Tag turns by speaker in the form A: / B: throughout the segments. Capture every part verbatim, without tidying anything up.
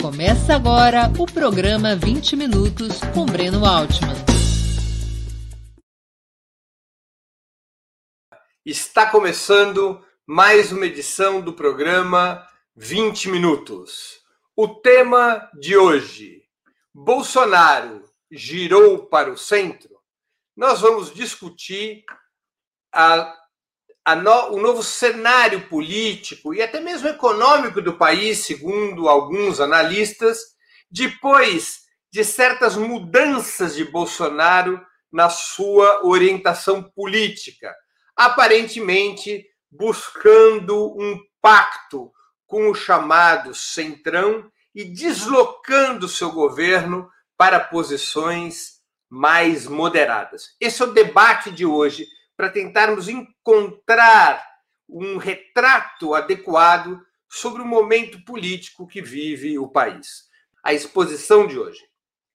A: Começa agora o programa vinte minutos com Breno Altman.
B: Está começando mais uma edição do programa vinte minutos. O tema de hoje: Bolsonaro girou para o centro? Nós vamos discutir a, a no, o novo cenário político e até mesmo econômico do país, segundo alguns analistas, depois de certas mudanças de Bolsonaro na sua orientação política, aparentemente buscando um pacto com o chamado Centrão e deslocando seu governo para posições mais moderadas. Esse é o debate de hoje, para tentarmos encontrar um retrato adequado sobre o momento político que vive o país. A exposição de hoje.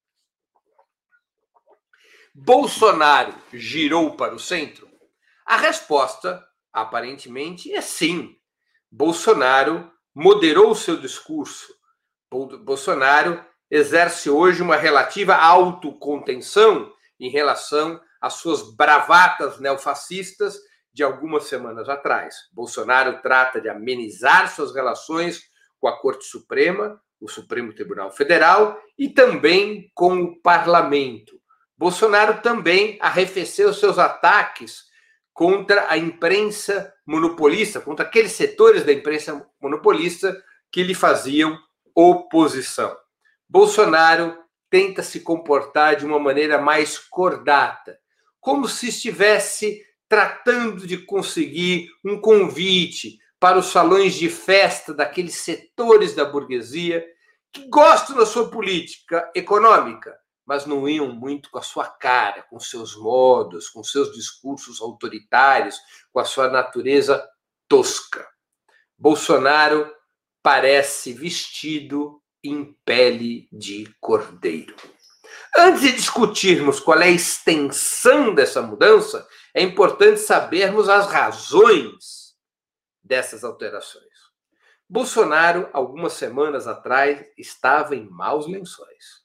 B: Bolsonaro girou para o centro? A resposta, aparentemente, é sim. Bolsonaro moderou seu discurso. Bolsonaro exerce hoje uma relativa autocontenção em relação às suas bravatas neofascistas de algumas semanas atrás. Bolsonaro trata de amenizar suas relações com a Corte Suprema, o Supremo Tribunal Federal, e também com o Parlamento. Bolsonaro também arrefeceu seus ataques contra a imprensa monopolista, contra aqueles setores da imprensa monopolista que lhe faziam oposição. Bolsonaro tenta se comportar de uma maneira mais cordata, como se estivesse tratando de conseguir um convite para os salões de festa daqueles setores da burguesia que gostam da sua política econômica, mas não iam muito com a sua cara, com seus modos, com seus discursos autoritários, com a sua natureza tosca. Bolsonaro parece vestido em pele de cordeiro. Antes de discutirmos qual é a extensão dessa mudança, é importante sabermos as razões dessas alterações. Bolsonaro, algumas semanas atrás, estava em maus lençóis.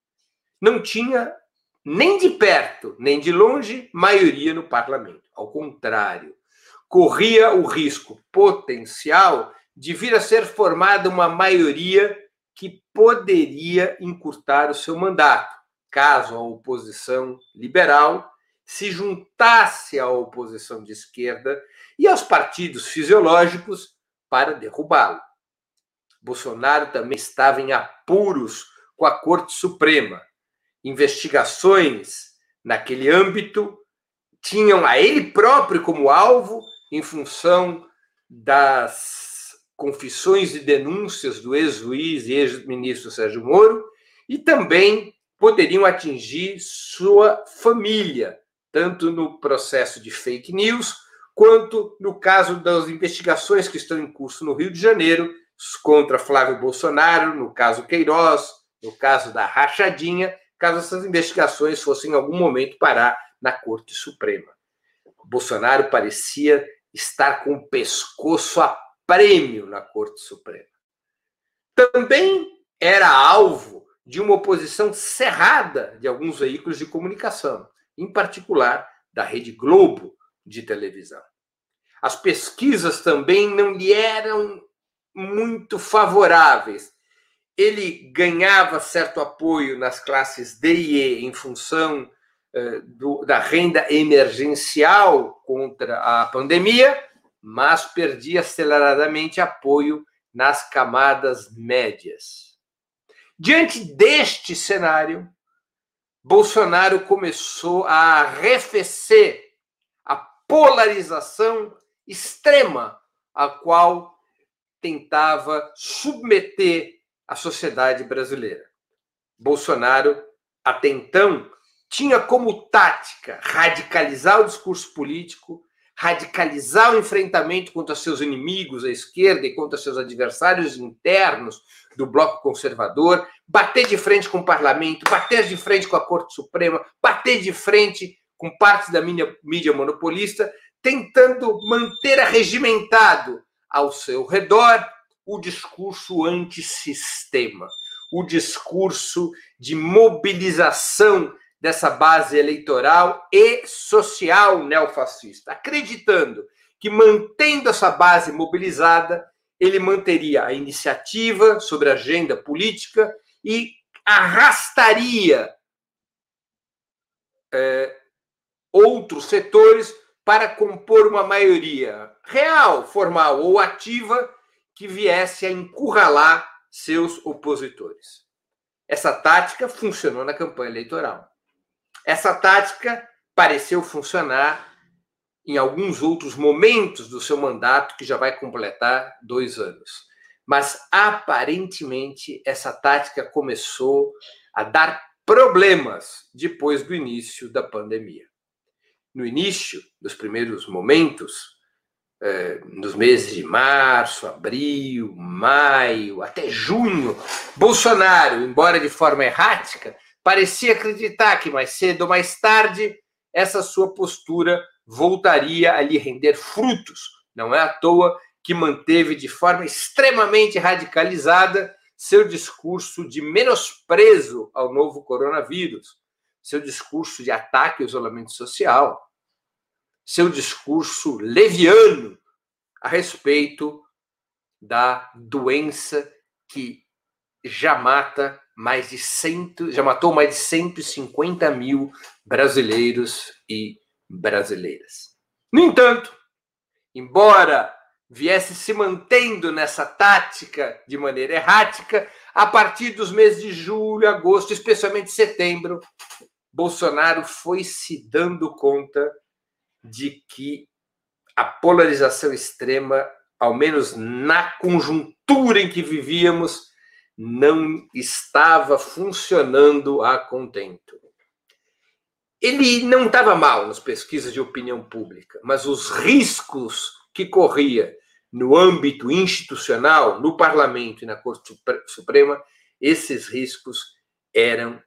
B: Não tinha, nem de perto, nem de longe, maioria no parlamento. Ao contrário, corria o risco potencial de vir a ser formada uma maioria que poderia encurtar o seu mandato, caso a oposição liberal se juntasse à oposição de esquerda e aos partidos fisiológicos para derrubá-lo. Bolsonaro também estava em apuros com a Corte Suprema. Investigações naquele âmbito tinham a ele próprio como alvo em função das confissões e denúncias do ex-juiz e ex-ministro Sérgio Moro e também poderiam atingir sua família, tanto no processo de fake news quanto no caso das investigações que estão em curso no Rio de Janeiro contra Flávio Bolsonaro, no caso Queiroz, no caso da rachadinha, caso essas investigações fossem em algum momento parar na Corte Suprema. Bolsonaro parecia estar com o pescoço a prêmio na Corte Suprema. Também era alvo de uma oposição cerrada de alguns veículos de comunicação, em particular da Rede Globo de televisão. As pesquisas também não lhe eram muito favoráveis. Ele ganhava certo apoio nas classes D e E em função uh, do, da renda emergencial contra a pandemia, mas perdia aceleradamente apoio nas camadas médias. Diante deste cenário, Bolsonaro começou a arrefecer a polarização extrema a qual tentava submeter a sociedade brasileira. Bolsonaro, até então, tinha como tática radicalizar o discurso político, radicalizar o enfrentamento contra seus inimigos à esquerda e contra seus adversários internos do bloco conservador, bater de frente com o parlamento, bater de frente com a Corte Suprema, bater de frente com partes da mídia monopolista, tentando manter arregimentado ao seu redor o discurso antissistema, o discurso de mobilização dessa base eleitoral e social neofascista, acreditando que, mantendo essa base mobilizada, ele manteria a iniciativa sobre a agenda política e arrastaria é, outros setores para compor uma maioria real, formal ou ativa que viesse a encurralar seus opositores. Essa tática funcionou na campanha eleitoral. Essa tática pareceu funcionar em alguns outros momentos do seu mandato, que já vai completar dois anos. Mas, aparentemente, essa tática começou a dar problemas depois do início da pandemia. No início, dos primeiros momentos, eh, nos meses de março, abril, maio, até junho, Bolsonaro, embora de forma errática, parecia acreditar que mais cedo ou mais tarde essa sua postura voltaria a lhe render frutos. Não é à toa que manteve de forma extremamente radicalizada seu discurso de menosprezo ao novo coronavírus, seu discurso de ataque ao isolamento social, seu discurso leviano a respeito da doença que já mata mais de cento, já matou mais de cento e cinquenta mil brasileiros e brasileiras. No entanto, embora viesse se mantendo nessa tática de maneira errática, a partir dos meses de julho, agosto, especialmente setembro, Bolsonaro foi se dando conta de que a polarização extrema, ao menos na conjuntura em que vivíamos, não estava funcionando a contento. Ele não estava mal nas pesquisas de opinião pública, mas os riscos que corria no âmbito institucional, no Parlamento e na Corte Suprema, esses riscos eram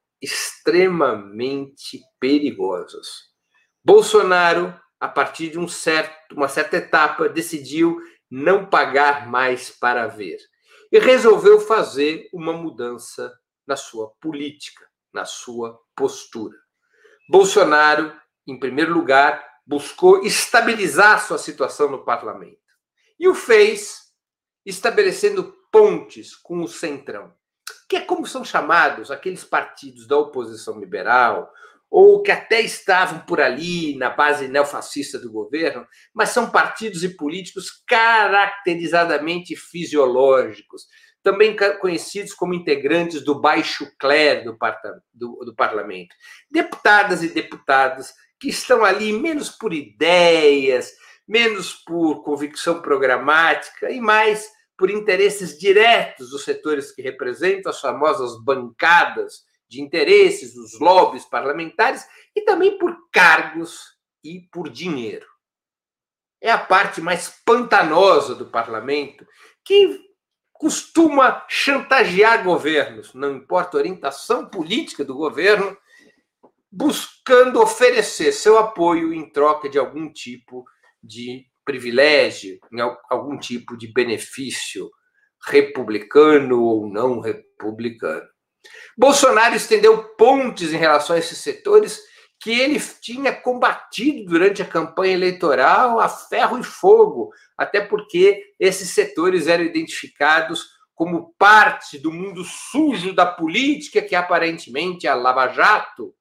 B: extremamente perigosos. Bolsonaro, a partir de um certo, uma certa etapa, decidiu não pagar mais para ver e resolveu fazer uma mudança na sua política, na sua postura. Bolsonaro, em primeiro lugar, buscou estabilizar sua situação no parlamento e o fez estabelecendo pontes com o Centrão, que é como são chamados aqueles partidos da oposição liberal ou que até estavam por ali na base neofascista do governo, mas são partidos e políticos caracterizadamente fisiológicos, também conhecidos como integrantes do baixo clero do, do, do parlamento. Deputadas e deputados que estão ali menos por ideias, menos por convicção programática e mais por interesses diretos dos setores que representam, as famosas bancadas de interesses, os lobbies parlamentares, e também por cargos e por dinheiro. É a parte mais pantanosa do parlamento, que costuma chantagear governos, não importa a orientação política do governo, buscando oferecer seu apoio em troca de algum tipo de privilégio, em algum tipo de benefício republicano ou não republicano. Bolsonaro estendeu pontes em relação a esses setores que ele tinha combatido durante a campanha eleitoral a ferro e fogo, até porque esses setores eram identificados como parte do mundo sujo da política que aparentemente a Lava Jato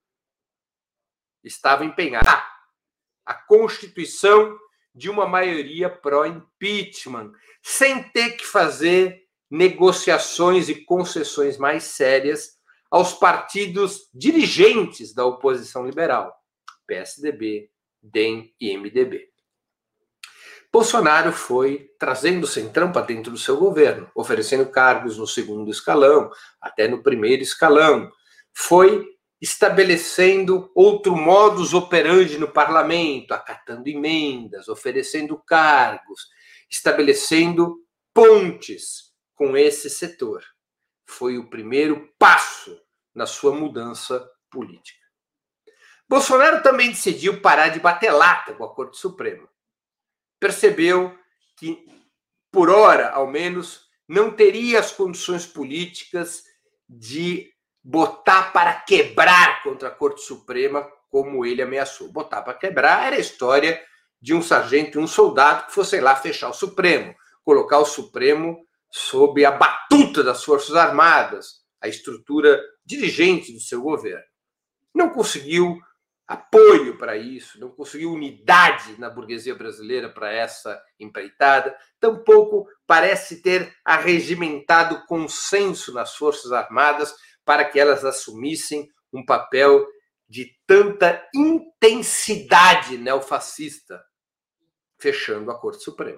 B: estava empenhada. A constituição de uma maioria pró-impeachment, sem ter que fazer negociações e concessões mais sérias aos partidos dirigentes da oposição liberal, P S D B, D E M e M D B. Bolsonaro foi trazendo o Centrão para dentro do seu governo, oferecendo cargos no segundo escalão, até no primeiro escalão. Foi estabelecendo outro modus operandi no parlamento, acatando emendas, oferecendo cargos, estabelecendo pontes com esse setor. Foi o primeiro passo na sua mudança política. Bolsonaro também decidiu parar de bater lata com a Corte Suprema. Percebeu que, por hora, ao menos, não teria as condições políticas de botar para quebrar contra a Corte Suprema, como ele ameaçou. Botar para quebrar era a história de um sargento e um soldado que fossem lá fechar o Supremo, colocar o Supremo sob a batuta das Forças Armadas, a estrutura dirigente do seu governo. Não conseguiu apoio para isso, não conseguiu unidade na burguesia brasileira para essa empreitada, tampouco parece ter arregimentado consenso nas Forças Armadas para que elas assumissem um papel de tanta intensidade neofascista, fechando a Corte Suprema.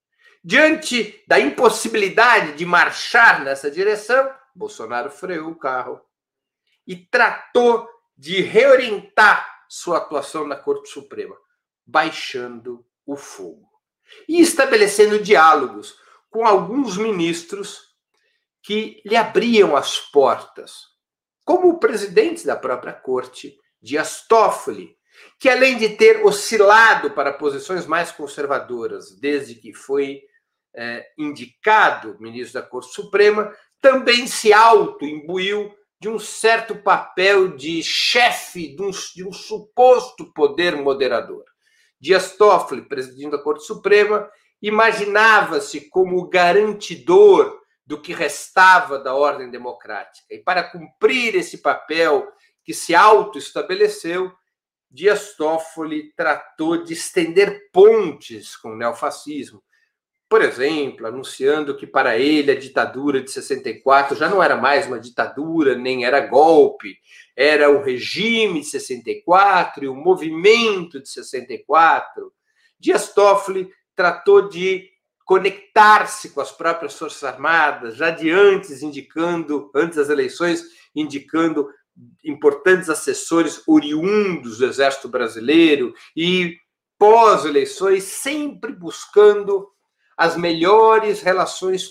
B: Diante da impossibilidade de marchar nessa direção, Bolsonaro freou o carro e tratou de reorientar sua atuação na Corte Suprema, baixando o fogo e estabelecendo diálogos com alguns ministros que lhe abriam as portas, como o presidente da própria Corte, Dias Toffoli, que além de ter oscilado para posições mais conservadoras desde que foi é, indicado ministro da Corte Suprema, também se auto-imbuiu de um certo papel de chefe de um, de um suposto poder moderador. Dias Toffoli, presidindo a Corte Suprema, imaginava-se como garantidor do que restava da ordem democrática. E para cumprir esse papel que se auto-estabeleceu, Dias Toffoli tratou de estender pontes com o neofascismo. Por exemplo, anunciando que para ele a ditadura de sessenta e quatro já não era mais uma ditadura, nem era golpe, era o regime de sessenta e quatro e o movimento de sessenta e quatro. Dias Toffoli tratou de conectar-se com as próprias Forças Armadas, já de antes indicando, antes das eleições, indicando importantes assessores oriundos do Exército Brasileiro e pós-eleições sempre buscando as melhores relações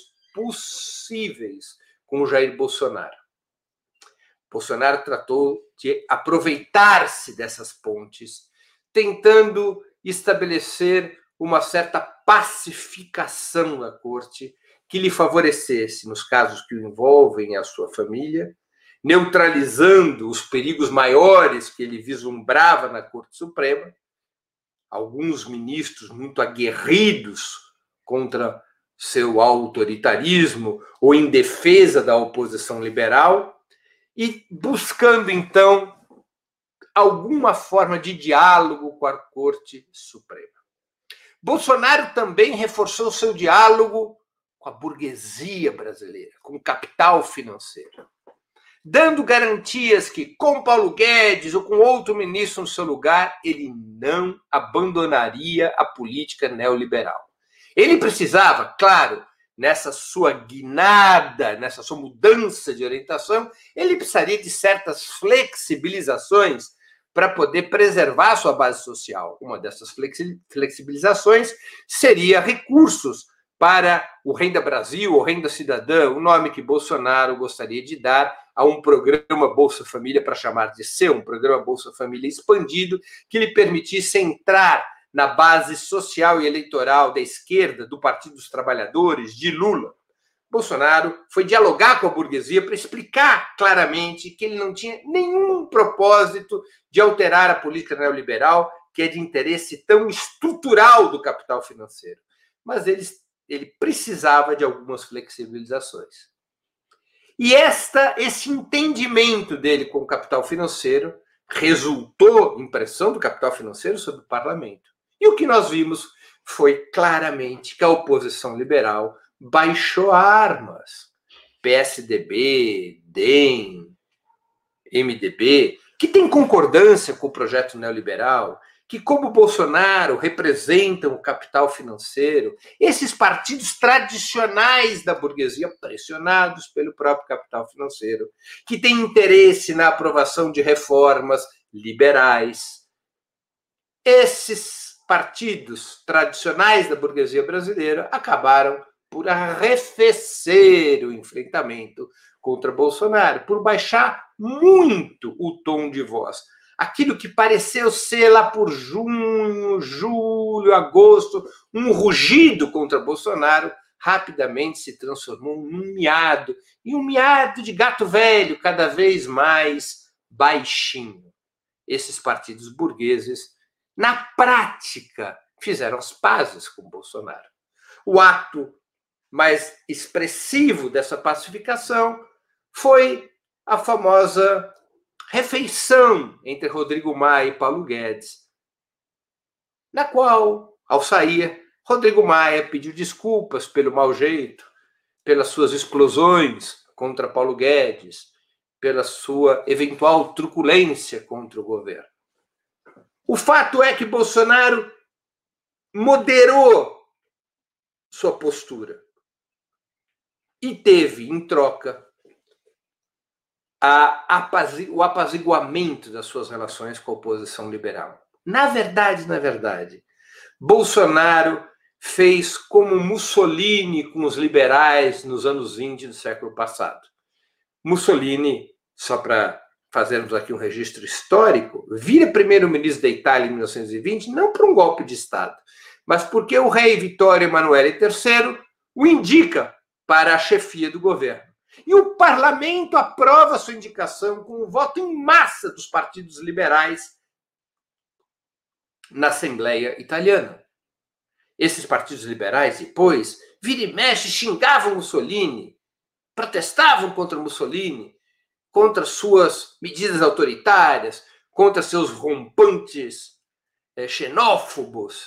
B: possíveis com o Jair Bolsonaro. Bolsonaro tratou de aproveitar-se dessas pontes, tentando estabelecer uma certa pacificação na corte que lhe favorecesse nos casos que o envolvem a sua família, neutralizando os perigos maiores que ele vislumbrava na Corte Suprema, alguns ministros muito aguerridos contra seu autoritarismo ou em defesa da oposição liberal, e buscando, então, alguma forma de diálogo com a Corte Suprema. Bolsonaro também reforçou seu diálogo com a burguesia brasileira, com o capital financeiro, dando garantias que, com Paulo Guedes ou com outro ministro no seu lugar, ele não abandonaria a política neoliberal. Ele precisava, claro, nessa sua guinada, nessa sua mudança de orientação, ele precisaria de certas flexibilizações para poder preservar sua base social. Uma dessas flexibilizações seria recursos para o Renda Brasil ou Renda Cidadã, o nome que Bolsonaro gostaria de dar a um programa Bolsa Família, para chamar de seu, um programa Bolsa Família expandido, que lhe permitisse entrar na base social e eleitoral da esquerda, do Partido dos Trabalhadores, de Lula. Bolsonaro foi dialogar com a burguesia para explicar claramente que ele não tinha nenhum propósito de alterar a política neoliberal, que é de interesse tão estrutural do capital financeiro. Mas ele, ele precisava de algumas flexibilizações. E esta, esse entendimento dele com o capital financeiro resultou em pressão do capital financeiro sobre o parlamento. E o que nós vimos foi claramente que a oposição liberal baixou armas. P S D B, D E M, M D B, que tem concordância com o projeto neoliberal, que, como Bolsonaro, representam o capital financeiro, esses partidos tradicionais da burguesia, pressionados pelo próprio capital financeiro, que têm interesse na aprovação de reformas liberais. Esses partidos tradicionais da burguesia brasileira acabaram por arrefecer o enfrentamento contra Bolsonaro, por baixar muito o tom de voz. Aquilo que pareceu ser lá por junho, julho, agosto, um rugido contra Bolsonaro, rapidamente se transformou num miado, e um miado de gato velho, cada vez mais baixinho. Esses partidos burgueses, na prática, fizeram as pazes com Bolsonaro. O ato mais expressivo dessa pacificação foi a famosa refeição entre Rodrigo Maia e Paulo Guedes, na qual, ao sair, Rodrigo Maia pediu desculpas pelo mau jeito, pelas suas explosões contra Paulo Guedes, pela sua eventual truculência contra o governo. O fato é que Bolsonaro moderou sua postura e teve, em troca, a apazi- o apaziguamento das suas relações com a oposição liberal. Na verdade, na verdade, Bolsonaro fez como Mussolini com os liberais nos anos vinte do século passado. Mussolini, só para fazermos aqui um registro histórico, vira primeiro-ministro da Itália em mil novecentos e vinte, não por um golpe de Estado, mas porque o rei Vittorio Emanuele terceiro o indica para a chefia do governo. E o parlamento aprova sua indicação com o voto em massa dos partidos liberais na Assembleia Italiana. Esses partidos liberais, depois, vira e mexe, xingavam Mussolini, protestavam contra Mussolini, contra suas medidas autoritárias, contra seus rompantes é, xenófobos,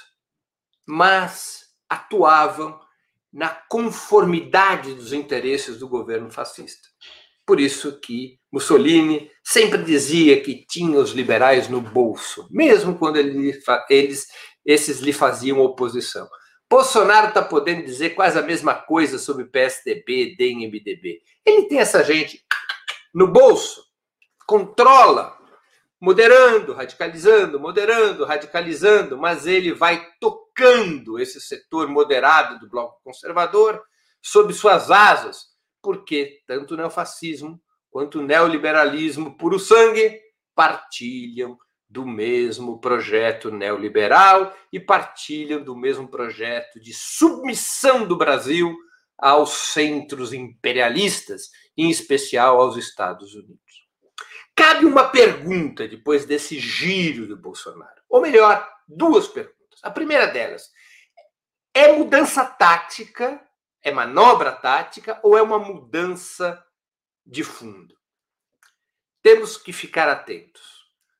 B: mas atuavam na conformidade dos interesses do governo fascista. Por isso que Mussolini sempre dizia que tinha os liberais no bolso, mesmo quando ele, eles, esses lhe faziam oposição. Bolsonaro está podendo dizer quase a mesma coisa sobre P S D B, D E M, M D B. Ele tem essa gente no bolso, controla, moderando, radicalizando, moderando, radicalizando, mas ele vai tocando esse setor moderado do bloco conservador sob suas asas, porque tanto o neofascismo quanto o neoliberalismo puro sangue partilham do mesmo projeto neoliberal e partilham do mesmo projeto de submissão do Brasil aos centros imperialistas, em especial aos Estados Unidos. Cabe uma pergunta depois desse giro do Bolsonaro, ou melhor, duas perguntas. A primeira delas, é mudança tática, é manobra tática ou é uma mudança de fundo? Temos que ficar atentos.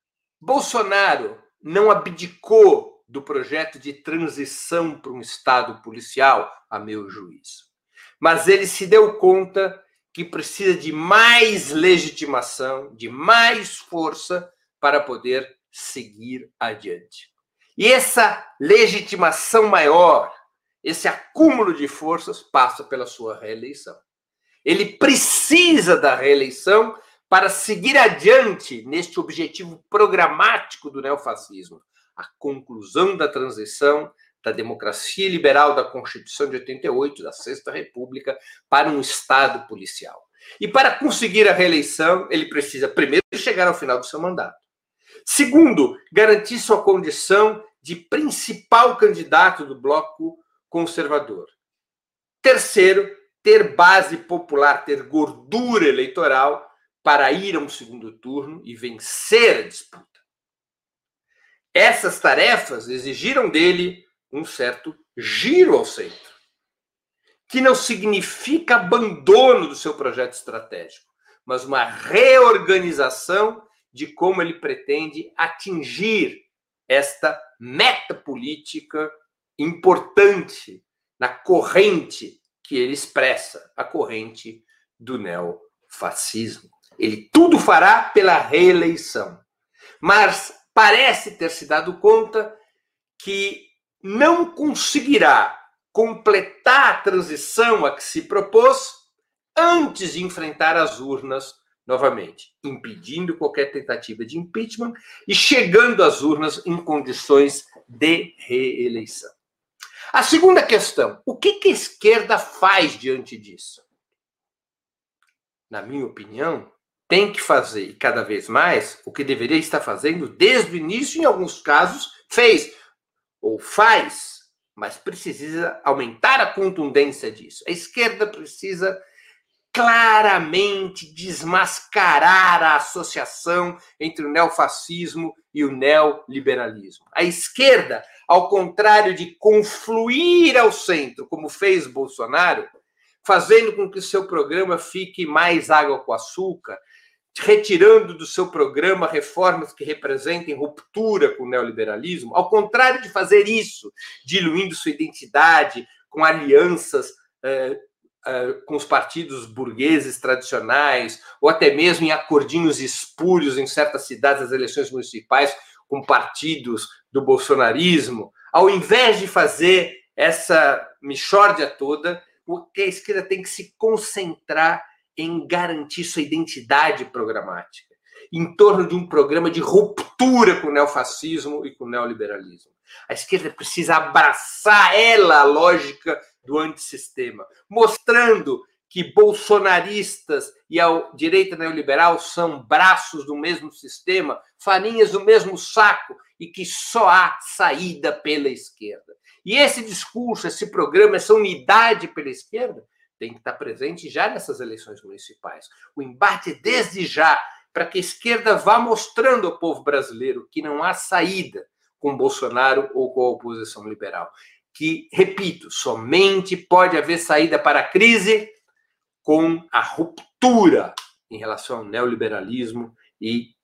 B: Bolsonaro não abdicou do projeto de transição para um Estado policial, a meu juízo. Mas ele se deu conta que precisa de mais legitimação, de mais força para poder seguir adiante. E essa legitimação maior, esse acúmulo de forças, passa pela sua reeleição. Ele precisa da reeleição para seguir adiante neste objetivo programático do neofascismo, a conclusão da transição da democracia liberal da Constituição de oitenta e oito, da Sexta República, para um Estado policial. E para conseguir a reeleição, ele precisa, primeiro, chegar ao final do seu mandato. Segundo, garantir sua condição de principal candidato do bloco conservador. Terceiro, ter base popular, ter gordura eleitoral para ir a um segundo turno e vencer a disputa. Essas tarefas exigiram dele um certo giro ao centro, que não significa abandono do seu projeto estratégico, mas uma reorganização de como ele pretende atingir esta meta política importante na corrente que ele expressa, a corrente do neofascismo. Ele tudo fará pela reeleição, mas parece ter se dado conta que não conseguirá completar a transição a que se propôs antes de enfrentar as urnas novamente, impedindo qualquer tentativa de impeachment e chegando às urnas em condições de reeleição. A segunda questão, o que a esquerda faz diante disso? Na minha opinião, tem que fazer, e cada vez mais, o que deveria estar fazendo desde o início, em alguns casos, fez ou faz mas precisa aumentar a contundência disso. A esquerda precisa claramente desmascarar a associação entre o neofascismo e o neoliberalismo. A esquerda, ao contrário de confluir ao centro, como fez Bolsonaro, fazendo com que o seu programa fique mais água com açúcar, retirando do seu programa reformas que representem ruptura com o neoliberalismo, ao contrário de fazer isso, diluindo sua identidade com alianças eh, Uh, com os partidos burgueses tradicionais, ou até mesmo em acordinhos espúrios em certas cidades das eleições municipais com partidos do bolsonarismo, ao invés de fazer essa mixórdia toda, o que a esquerda tem que se concentrar em garantir sua identidade programática, em torno de um programa de ruptura com o neofascismo e com o neoliberalismo. A esquerda precisa abraçar ela a lógica do antissistema, mostrando que bolsonaristas e a direita neoliberal são braços do mesmo sistema, farinhas do mesmo saco, e que só há saída pela esquerda. E esse discurso, esse programa, essa unidade pela esquerda tem que estar presente já nessas eleições municipais. O embate desde já, para que a esquerda vá mostrando ao povo brasileiro que não há saída com Bolsonaro ou com a oposição liberal. Que, repito, somente pode haver saída para a crise com a ruptura em relação ao neoliberalismo e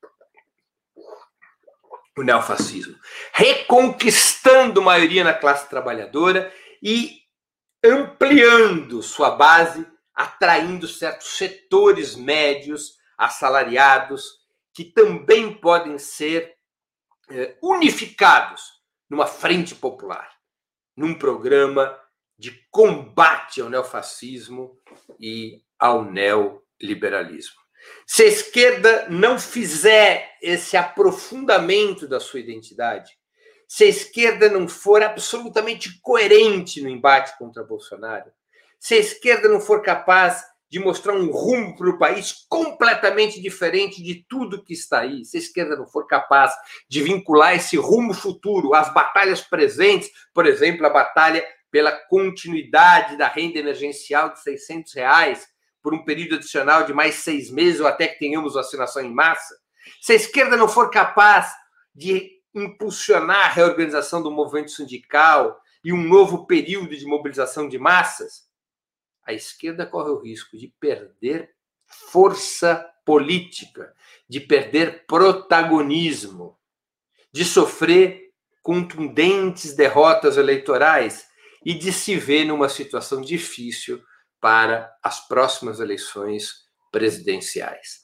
B: o neofascismo. Reconquistando maioria na classe trabalhadora e ampliando sua base, atraindo certos setores médios, assalariados, que também podem ser eh, unificados numa frente popular, num programa de combate ao neofascismo e ao neoliberalismo. Se a esquerda não fizer esse aprofundamento da sua identidade, se a esquerda não for absolutamente coerente no embate contra Bolsonaro, se a esquerda não for capaz de mostrar um rumo para o país completamente diferente de tudo que está aí, se a esquerda não for capaz de vincular esse rumo futuro às batalhas presentes, por exemplo, a batalha pela continuidade da renda emergencial de seiscentos reais por um período adicional de mais seis meses ou até que tenhamos vacinação em massa, se a esquerda não for capaz de impulsionar a reorganização do movimento sindical e um novo período de mobilização de massas, a esquerda corre o risco de perder força política, de perder protagonismo, de sofrer contundentes derrotas eleitorais e de se ver numa situação difícil para as próximas eleições presidenciais.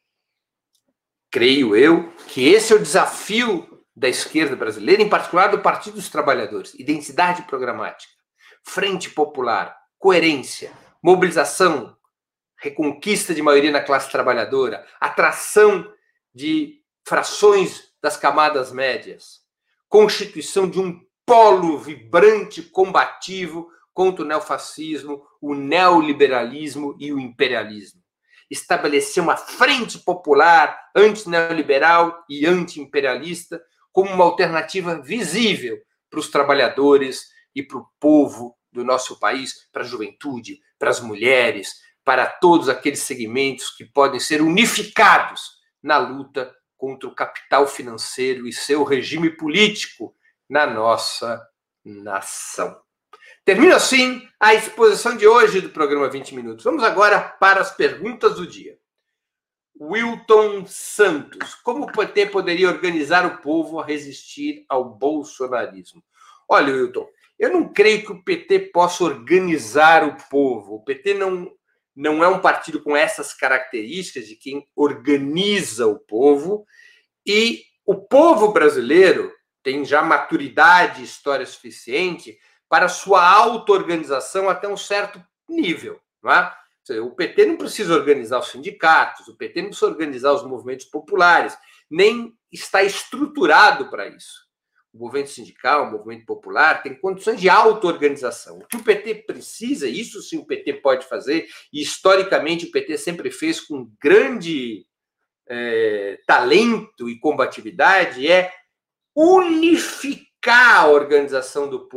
B: Creio eu que esse é o desafio da esquerda brasileira, em particular do Partido dos Trabalhadores: identidade programática, frente popular, coerência, mobilização, reconquista de maioria na classe trabalhadora, atração de frações das camadas médias, constituição de um polo vibrante, combativo contra o neofascismo, o neoliberalismo e o imperialismo. Estabelecer uma frente popular anti-neoliberal e anti-imperialista como uma alternativa visível para os trabalhadores e para o povo do nosso país, para a juventude, para as mulheres, para todos aqueles segmentos que podem ser unificados na luta contra o capital financeiro e seu regime político na nossa nação. Termino assim a exposição de hoje do programa vinte minutos. Vamos agora para as perguntas do dia. Wilton Santos: como o P T poderia organizar o povo a resistir ao bolsonarismo? Olha, Wilton, eu não creio que o P T possa organizar o povo. O P T não, não é um partido com essas características de quem organiza o povo, e o povo brasileiro tem já maturidade e história suficiente para sua auto-organização até um certo nível, não é? O P T não precisa organizar os sindicatos, o P T não precisa organizar os movimentos populares, nem está estruturado para isso. O movimento sindical, o movimento popular, tem condições de auto-organização. O que o P T precisa, isso sim o P T pode fazer, e historicamente o P T sempre fez com grande é, talento e combatividade, é unificar a organização do povo,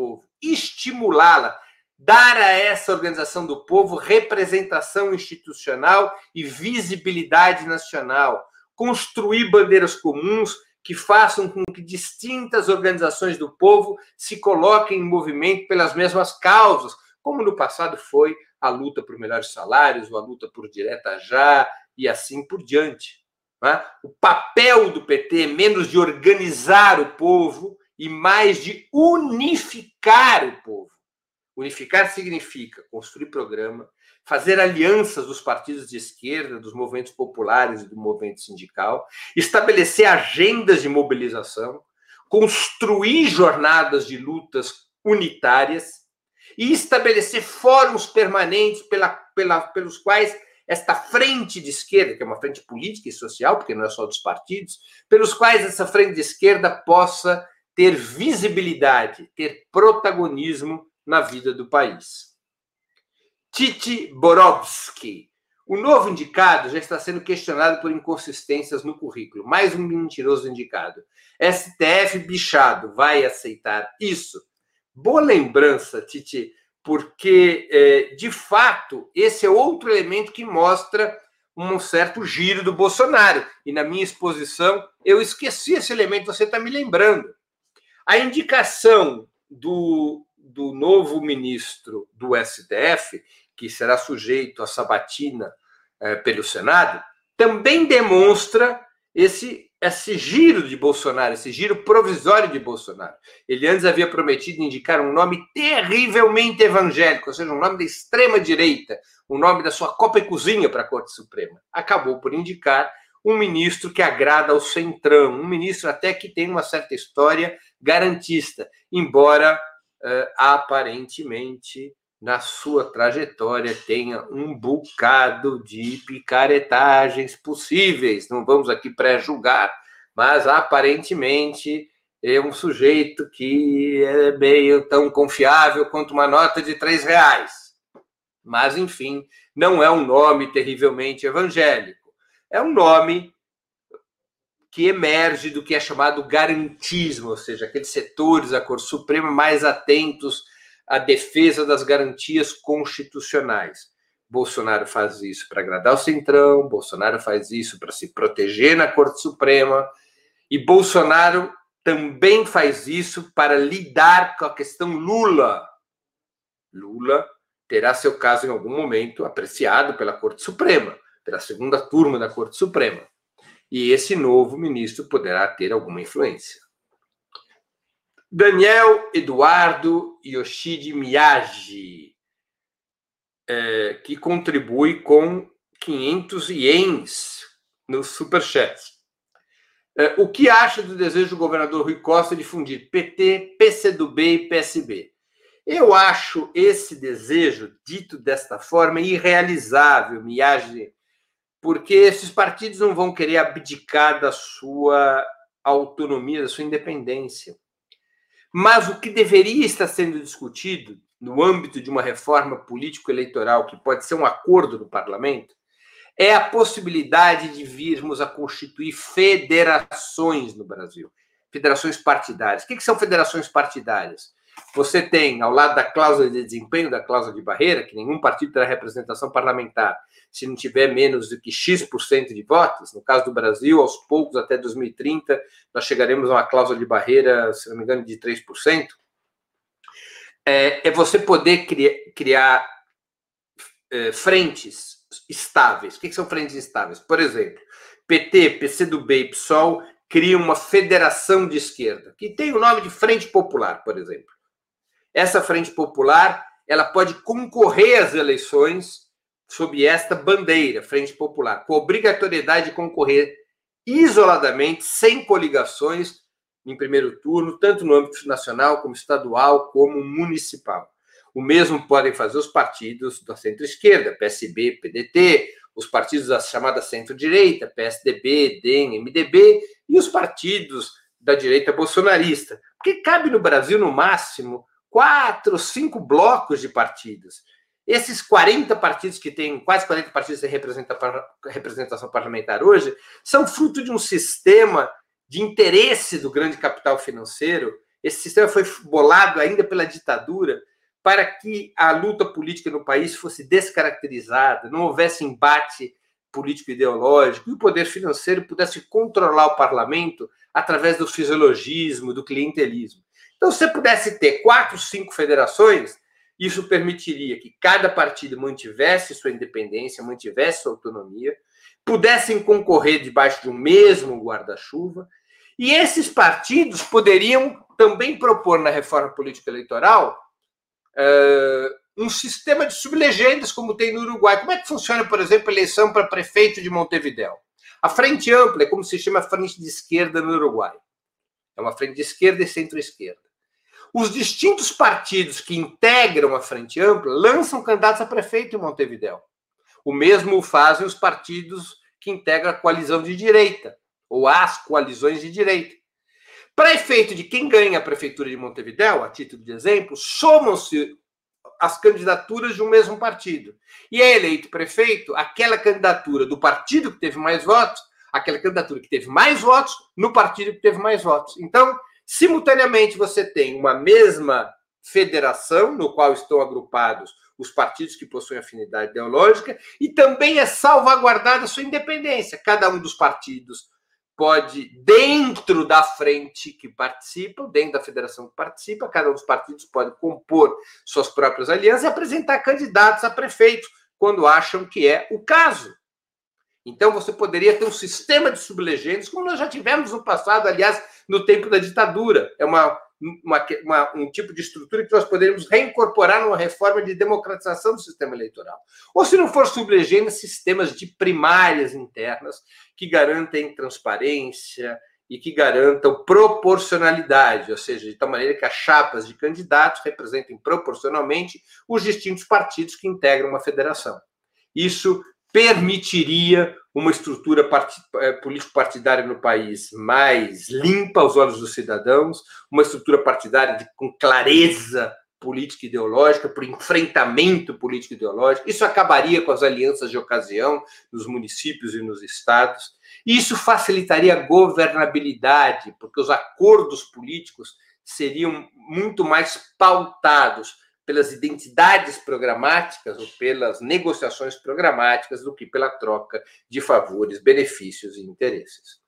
B: estimulá-la, dar a essa organização do povo representação institucional e visibilidade nacional, construir bandeiras comuns que façam com que distintas organizações do povo se coloquem em movimento pelas mesmas causas, como no passado foi a luta por melhores salários, ou a luta por direta já, e assim por diante. Né? O papel do P T é menos de organizar o povo e mais de unificar o povo. Unificar significa construir programa, fazer alianças dos partidos de esquerda, dos movimentos populares e do movimento sindical, estabelecer agendas de mobilização, construir jornadas de lutas unitárias e estabelecer fóruns permanentes pela, pela, pelos quais esta frente de esquerda, que é uma frente política e social, porque não é só dos partidos, pelos quais essa frente de esquerda possa ter visibilidade, ter protagonismo na vida do país. Titi Borowski. O novo indicado já está sendo questionado por inconsistências no currículo. Mais um mentiroso indicado. S T F bichado vai aceitar isso? Boa lembrança, Titi, porque, é, de fato, esse é outro elemento que mostra um certo giro do Bolsonaro. E na minha exposição, eu esqueci esse elemento, você está me lembrando. A indicação do, do novo ministro do S T F, que será sujeito à sabatina é, pelo Senado, também demonstra esse, esse giro de Bolsonaro, esse giro provisório de Bolsonaro. Ele antes havia prometido indicar um nome terrivelmente evangélico, ou seja, um nome da extrema-direita, um nome da sua copa e cozinha para a Corte Suprema. Acabou por indicar um ministro que agrada ao centrão, um ministro até que tem uma certa história garantista, embora uh, aparentemente na sua trajetória tenha um bocado de picaretagens possíveis. Não vamos aqui pré-julgar, mas aparentemente é um sujeito que é meio tão confiável quanto uma nota de três reais. Mas, enfim, não é um nome terrivelmente evangélico. É um nome que emerge do que é chamado garantismo, ou seja, aqueles setores da Corte Suprema mais atentos à defesa das garantias constitucionais. Bolsonaro faz isso para agradar o centrão, Bolsonaro faz isso para se proteger na Corte Suprema, e Bolsonaro também faz isso para lidar com a questão Lula. Lula terá seu caso em algum momento apreciado pela Corte Suprema, pela segunda turma da Corte Suprema. E esse novo ministro poderá ter alguma influência. Daniel Eduardo Yoshide Miyagi, é, que contribui com quinhentos ienes no Superchat. É, o que acha do desejo do governador Rui Costa de fundir P T, P C do B e P S B? Eu acho esse desejo, dito desta forma, irrealizável, Miyagi, porque esses partidos não vão querer abdicar da sua autonomia, da sua independência. Mas o que deveria estar sendo discutido no âmbito de uma reforma político-eleitoral, que pode ser um acordo no parlamento, é a possibilidade de virmos a constituir federações no Brasil, federações partidárias. O que são federações partidárias? Você tem, ao lado da cláusula de desempenho, da cláusula de barreira, que nenhum partido terá representação parlamentar se não tiver menos do que X por cento de votos. No caso do Brasil, aos poucos, até dois mil e trinta, nós chegaremos a uma cláusula de barreira, se não me engano, de três por cento. É, é você poder criar, criar é, frentes estáveis. O que são frentes estáveis? Por exemplo, P T, P C do B e PSOL criam uma federação de esquerda, que tem o nome de Frente Popular, por exemplo. Essa Frente Popular, ela pode concorrer às eleições sob esta bandeira, Frente Popular, com obrigatoriedade de concorrer isoladamente, sem coligações, em primeiro turno, tanto no âmbito nacional, como estadual, como municipal. O mesmo podem fazer os partidos da centro-esquerda, P S B, P D T, os partidos da chamada centro-direita, P S D B, D E M, M D B, e os partidos da direita bolsonarista. Porque cabe no Brasil, no máximo, quatro, cinco blocos de partidos. Esses quarenta partidos que têm, quase quarenta partidos de representação parlamentar hoje, são fruto de um sistema de interesse do grande capital financeiro esse sistema foi bolado ainda pela ditadura para que a luta política no país fosse descaracterizada, não houvesse embate político-ideológico, e o poder financeiro pudesse controlar o parlamento através do fisiologismo, do clientelismo. Então, se você pudesse ter quatro, cinco federações, isso permitiria que cada partido mantivesse sua independência, mantivesse sua autonomia, pudessem concorrer debaixo de um mesmo guarda-chuva, e esses partidos poderiam também propor na reforma política eleitoral uh, um sistema de sublegendas, como tem no Uruguai. Como é que funciona, por exemplo, a eleição para prefeito de Montevidéu? A Frente Ampla é como se chama a frente de esquerda no Uruguai. É uma frente de esquerda e centro-esquerda. Os distintos partidos que integram a Frente Ampla lançam candidatos a prefeito em Montevidéu. O mesmo fazem os partidos que integram a coalizão de direita, ou as coalizões de direita. Para efeito de quem ganha a prefeitura de Montevidéu, a título de exemplo, somam-se as candidaturas de um mesmo partido. E é eleito prefeito aquela candidatura do partido que teve mais votos, aquela candidatura que teve mais votos no partido que teve mais votos. Então, simultaneamente, você tem uma mesma federação, no qual estão agrupados os partidos que possuem afinidade ideológica, e também é salvaguardada a sua independência. Cada um dos partidos pode, dentro da frente que participa, dentro da federação que participa, cada um dos partidos pode compor suas próprias alianças e apresentar candidatos a prefeito, quando acham que é o caso. Então, você poderia ter um sistema de sublegendas, como nós já tivemos no passado, aliás, no tempo da ditadura. É uma, uma, uma, um tipo de estrutura que nós poderíamos reincorporar numa reforma de democratização do sistema eleitoral. Ou, se não for sublegenda, sistemas de primárias internas que garantem transparência e que garantam proporcionalidade, ou seja, de tal maneira que as chapas de candidatos representem proporcionalmente os distintos partidos que integram uma federação. Isso permitiria uma estrutura político-partidária no país mais limpa aos olhos dos cidadãos, uma estrutura partidária de, com clareza política e ideológica, por enfrentamento político e ideológico. Isso acabaria com as alianças de ocasião nos municípios e nos estados. E isso facilitaria a governabilidade, porque os acordos políticos seriam muito mais pautados pelas identidades programáticas ou pelas negociações programáticas do que pela troca de favores, benefícios e interesses.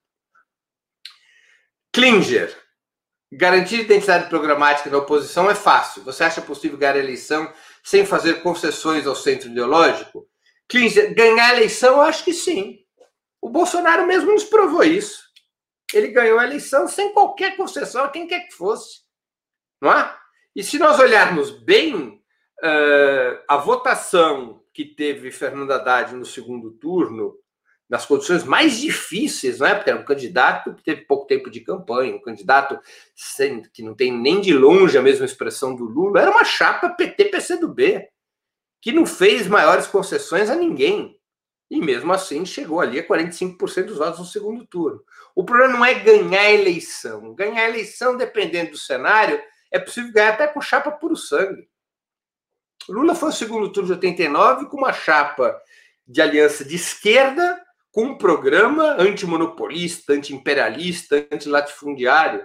B: Klinger, garantir identidade programática na oposição é fácil. Você acha possível ganhar a eleição sem fazer concessões ao centro ideológico? Klinger, ganhar a eleição, eu acho que sim. O Bolsonaro mesmo nos provou isso. Ele ganhou a eleição sem qualquer concessão a quem quer que fosse. Não é? E se nós olharmos bem, uh, a votação que teve Fernando Haddad no segundo turno, nas condições mais difíceis, não é? Porque era um candidato que teve pouco tempo de campanha, um candidato sem, que não tem nem de longe a mesma expressão do Lula, era uma chapa P T P C do B, que não fez maiores concessões a ninguém. E mesmo assim chegou ali a quarenta e cinco por cento dos votos no segundo turno. O problema não é ganhar a eleição. Ganhar a eleição, dependendo do cenário, é possível ganhar até com chapa puro sangue. Lula foi no segundo turno de oitenta e nove com uma chapa de aliança de esquerda, com um programa antimonopolista, anti-imperialista, anti-latifundiário.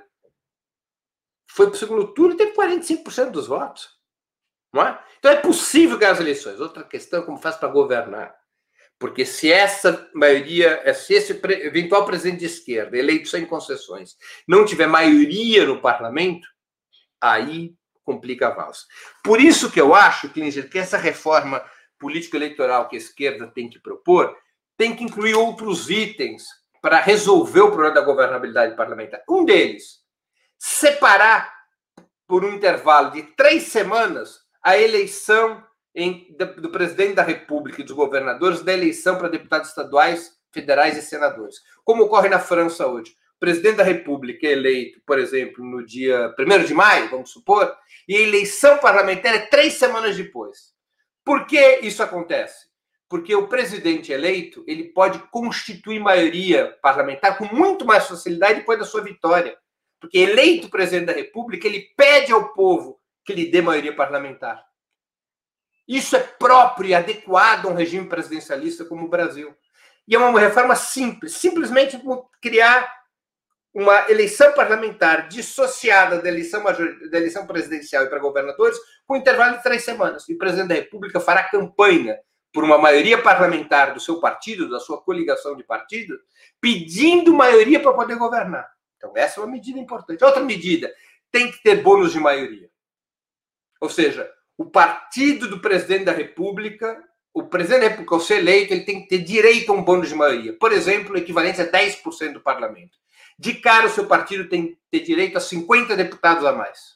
B: Foi para o segundo turno e teve quarenta e cinco por cento dos votos. Não é? Então é possível ganhar as eleições. Outra questão é como faz para governar. Porque se essa maioria, se esse eventual presidente de esquerda, eleito sem concessões, não tiver maioria no parlamento, aí complica a valsa. Por isso que eu acho, Klinger, que essa reforma político-eleitoral que a esquerda tem que propor tem que incluir outros itens para resolver o problema da governabilidade parlamentar. Um deles, separar por um intervalo de três semanas a eleição em, do, do presidente da República e dos governadores da eleição para deputados estaduais, federais e senadores, como ocorre na França hoje. O presidente da República é eleito, por exemplo, no dia primeiro de maio, vamos supor, e a eleição parlamentar é três semanas depois. Por que isso acontece? Porque o presidente eleito ele pode constituir maioria parlamentar com muito mais facilidade depois da sua vitória. Porque eleito presidente da República, ele pede ao povo que lhe dê maioria parlamentar. Isso é próprio e adequado a um regime presidencialista como o Brasil. E é uma reforma simples, simplesmente criar uma eleição parlamentar dissociada da eleição, major... da eleição presidencial e para governadores com intervalo de três semanas. E o presidente da República fará campanha por uma maioria parlamentar do seu partido, da sua coligação de partidos, pedindo maioria para poder governar. Então, essa é uma medida importante. Outra medida, tem que ter bônus de maioria. Ou seja, o partido do presidente da República, o presidente da República, ao ser eleito, ele tem que ter direito a um bônus de maioria. Por exemplo, o equivalente a dez por cento do parlamento. De cara, o seu partido tem que ter direito a cinquenta deputados a mais.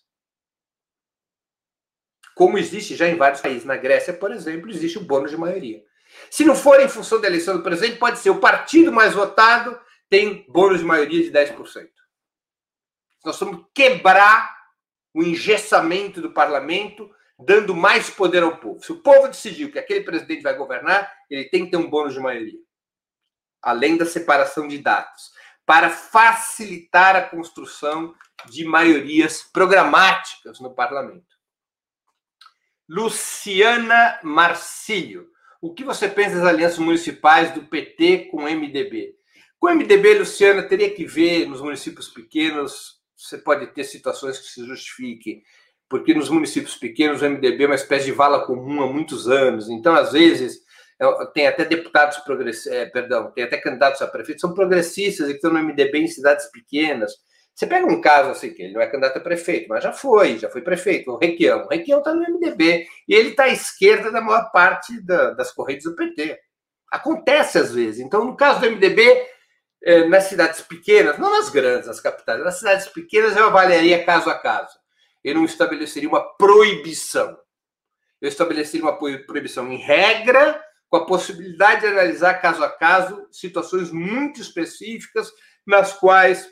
B: Como existe já em vários países. Na Grécia, por exemplo, existe o bônus de maioria. Se não for em função da eleição do presidente, pode ser o partido mais votado tem bônus de maioria de dez por cento. Nós vamos quebrar o engessamento do parlamento, dando mais poder ao povo. Se o povo decidiu que aquele presidente vai governar, ele tem que ter um bônus de maioria. Além da separação de dados, para facilitar a construção de maiorias programáticas no parlamento. Luciana Marcílio, o que você pensa das alianças municipais do P T com o M D B? Com o M D B, Luciana, teria que ver nos municípios pequenos, você pode ter situações que se justifiquem, porque nos municípios pequenos o M D B é uma espécie de vala comum há muitos anos, então às vezes tem até deputados progressistas, é, perdão, tem até candidatos a prefeito, são progressistas e que estão no M D B em cidades pequenas. Você pega um caso assim, que ele não é candidato a prefeito, mas já foi, já foi prefeito, o Requião. O Requião está no M D B e ele está à esquerda da maior parte da, das correntes do P T. Acontece às vezes. Então, no caso do M D B, eh, nas cidades pequenas, não nas grandes, nas capitais, nas cidades pequenas eu avaliaria caso a caso. Eu não estabeleceria uma proibição. Eu estabeleceria uma proibição em regra, com a possibilidade de analisar caso a caso situações muito específicas nas quais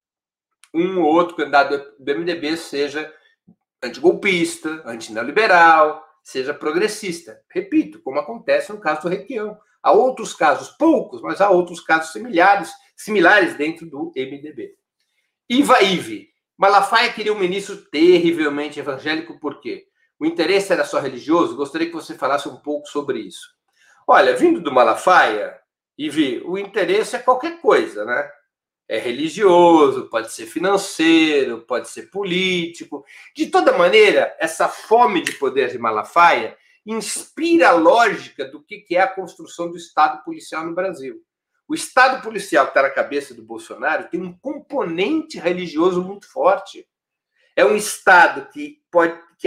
B: um ou outro candidato do M D B seja antigolpista, antineoliberal, seja progressista. Repito, como acontece no caso do Requião. Há outros casos, poucos, mas há outros casos similares, similares dentro do M D B. Iva Ive. Malafaia queria um ministro terrivelmente evangélico, por quê? O interesse era só religioso? Gostaria que você falasse um pouco sobre isso. Olha, vindo do Malafaia, Ive, o interesse é qualquer coisa, né? É religioso, pode ser financeiro, pode ser político. De toda maneira, essa fome de poder de Malafaia inspira a lógica do que é a construção do Estado policial no Brasil. O Estado policial que está na cabeça do Bolsonaro tem um componente religioso muito forte. É um Estado que, pode, que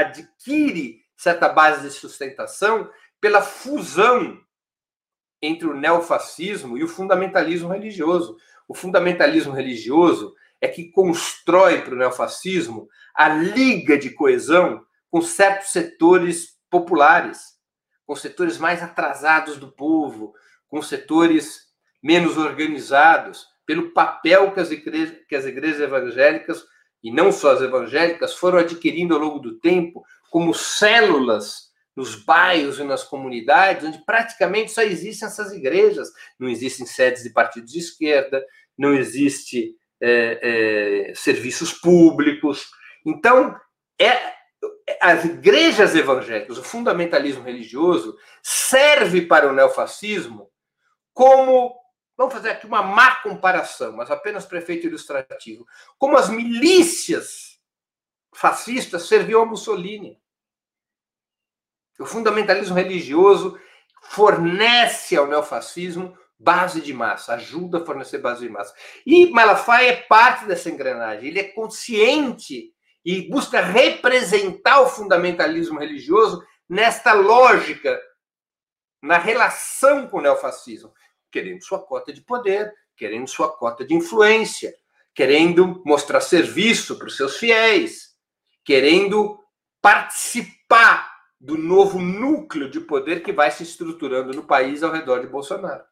B: adquire certa base de sustentação pela fusão entre o neofascismo e o fundamentalismo religioso. O fundamentalismo religioso é que constrói para o neofascismo a liga de coesão com certos setores populares, com setores mais atrasados do povo, com setores menos organizados, pelo papel que as igrejas, que as igrejas evangélicas, e não só as evangélicas, foram adquirindo ao longo do tempo como células nos bairros e nas comunidades, onde praticamente só existem essas igrejas. Não existem sedes de partidos de esquerda, não existe é, é, serviços públicos. Então, é, as igrejas evangélicas, o fundamentalismo religioso, serve para o neofascismo como, vamos fazer aqui uma má comparação, mas apenas para efeito ilustrativo, como as milícias fascistas serviam a Mussolini. O fundamentalismo religioso fornece ao neofascismo base de massa, ajuda a fornecer base de massa. E Malafaia é parte dessa engrenagem. Ele é consciente e busca representar o fundamentalismo religioso nesta lógica, na relação com o neofascismo, querendo sua cota de poder, querendo sua cota de influência, querendo mostrar serviço para os seus fiéis, querendo participar do novo núcleo de poder que vai se estruturando no país ao redor de Bolsonaro.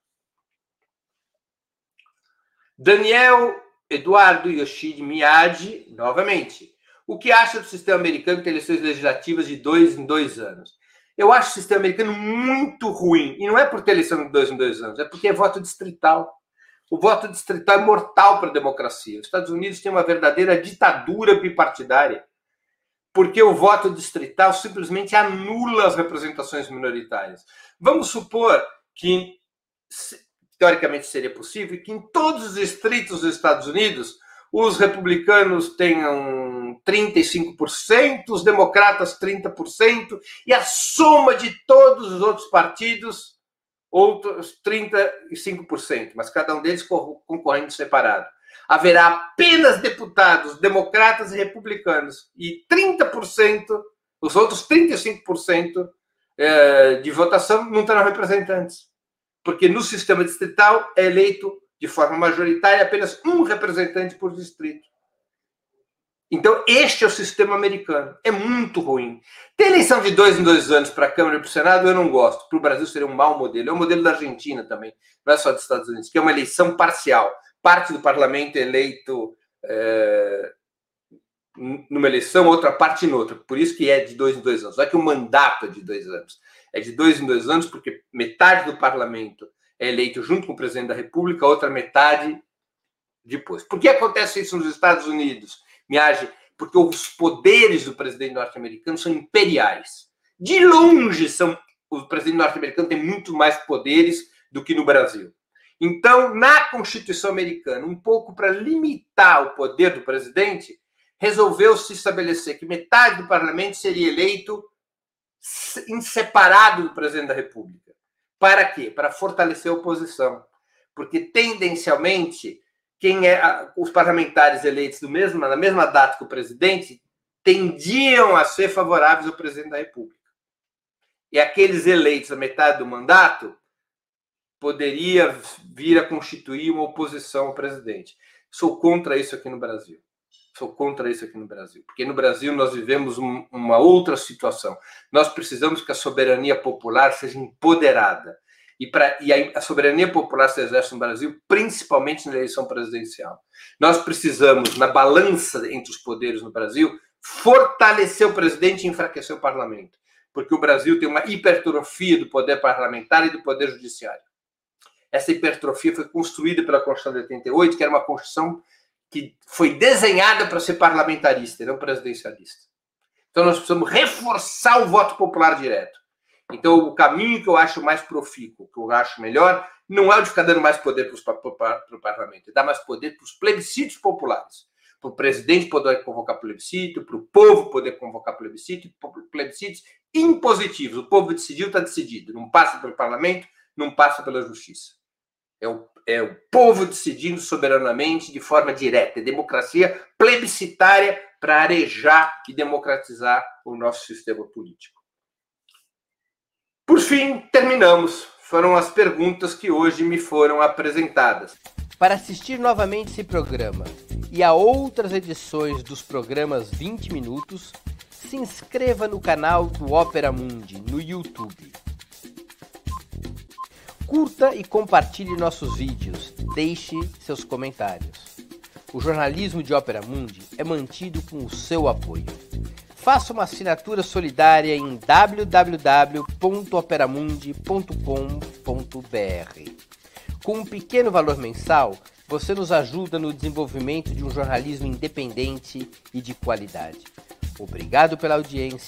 B: Daniel Eduardo Yoshide Miyagi, novamente. O que acha do sistema americano de eleições legislativas de dois em dois anos? Eu acho o sistema americano muito ruim. E não é por ter eleição de dois em dois anos, é porque é voto distrital. O voto distrital é mortal para a democracia. Os Estados Unidos têm uma verdadeira ditadura bipartidária, porque o voto distrital simplesmente anula as representações minoritárias. Vamos supor que teoricamente seria possível, que em todos os distritos dos Estados Unidos os republicanos tenham trinta e cinco por cento, os democratas trinta por cento, e a soma de todos os outros partidos, outros trinta e cinco por cento, mas cada um deles concorrendo separado. Haverá apenas deputados democratas e republicanos, e trinta por cento, os outros trinta e cinco por cento de votação não terão representantes. Porque no sistema distrital é eleito de forma majoritária apenas um representante por distrito. Então, este é o sistema americano. É muito ruim. Tem eleição de dois em dois anos para a Câmara e para o Senado, eu não gosto. Para o Brasil seria um mau modelo. É o modelo da Argentina também, não é só dos Estados Unidos, que é uma eleição parcial. Parte do parlamento é eleito é, numa eleição, outra parte em outra. Por isso que é de dois em dois anos. Não é que o mandato é de dois anos. É de dois em dois anos, porque metade do parlamento é eleito junto com o presidente da República, a outra metade depois. Por que acontece isso nos Estados Unidos, Miage? Porque os poderes do presidente norte-americano são imperiais. De longe, são, o presidente norte-americano tem muito mais poderes do que no Brasil. Então, na Constituição americana, um pouco para limitar o poder do presidente, resolveu-se estabelecer que metade do parlamento seria eleito em separado do presidente da República. Para quê? Para fortalecer a oposição. Porque, tendencialmente, quem é, os parlamentares eleitos do mesmo, na mesma data que o presidente tendiam a ser favoráveis ao presidente da República. E aqueles eleitos a metade do mandato poderia vir a constituir uma oposição ao presidente. Sou contra isso aqui no Brasil. Sou contra isso aqui no Brasil. Porque no Brasil nós vivemos um, uma outra situação. Nós precisamos que a soberania popular seja empoderada. E, pra, e a, a soberania popular se exerce no Brasil, principalmente na eleição presidencial. Nós precisamos, na balança entre os poderes no Brasil, fortalecer o presidente e enfraquecer o parlamento. Porque o Brasil tem uma hipertrofia do poder parlamentar e do poder judiciário. Essa hipertrofia foi construída pela Constituição de oitenta e oito, que era uma Constituição que foi desenhada para ser parlamentarista, não presidencialista. Então, nós precisamos reforçar o voto popular direto. Então, o caminho que eu acho mais profícuo, que eu acho melhor, não é o de ficar dando mais poder para o parlamento, é dar mais poder para os plebiscitos populares. Para o presidente poder convocar plebiscito, para o povo poder convocar plebiscito, plebiscitos impositivos. O povo decidiu, está decidido. Não passa pelo parlamento, não passa pela justiça. É o, é o povo decidindo soberanamente de forma direta. É democracia plebiscitária para arejar e democratizar o nosso sistema político. Por fim, terminamos. Foram as perguntas que hoje me foram apresentadas.
C: Para assistir novamente esse programa e a outras edições dos programas vinte minutos, se inscreva no canal do Opera Mundi no YouTube. Curta e compartilhe nossos vídeos, deixe seus comentários. O jornalismo de Opera Mundi é mantido com o seu apoio. Faça uma assinatura solidária em w w w ponto operamundi ponto com ponto b r. Com um pequeno valor mensal, você nos ajuda no desenvolvimento de um jornalismo independente e de qualidade. Obrigado pela audiência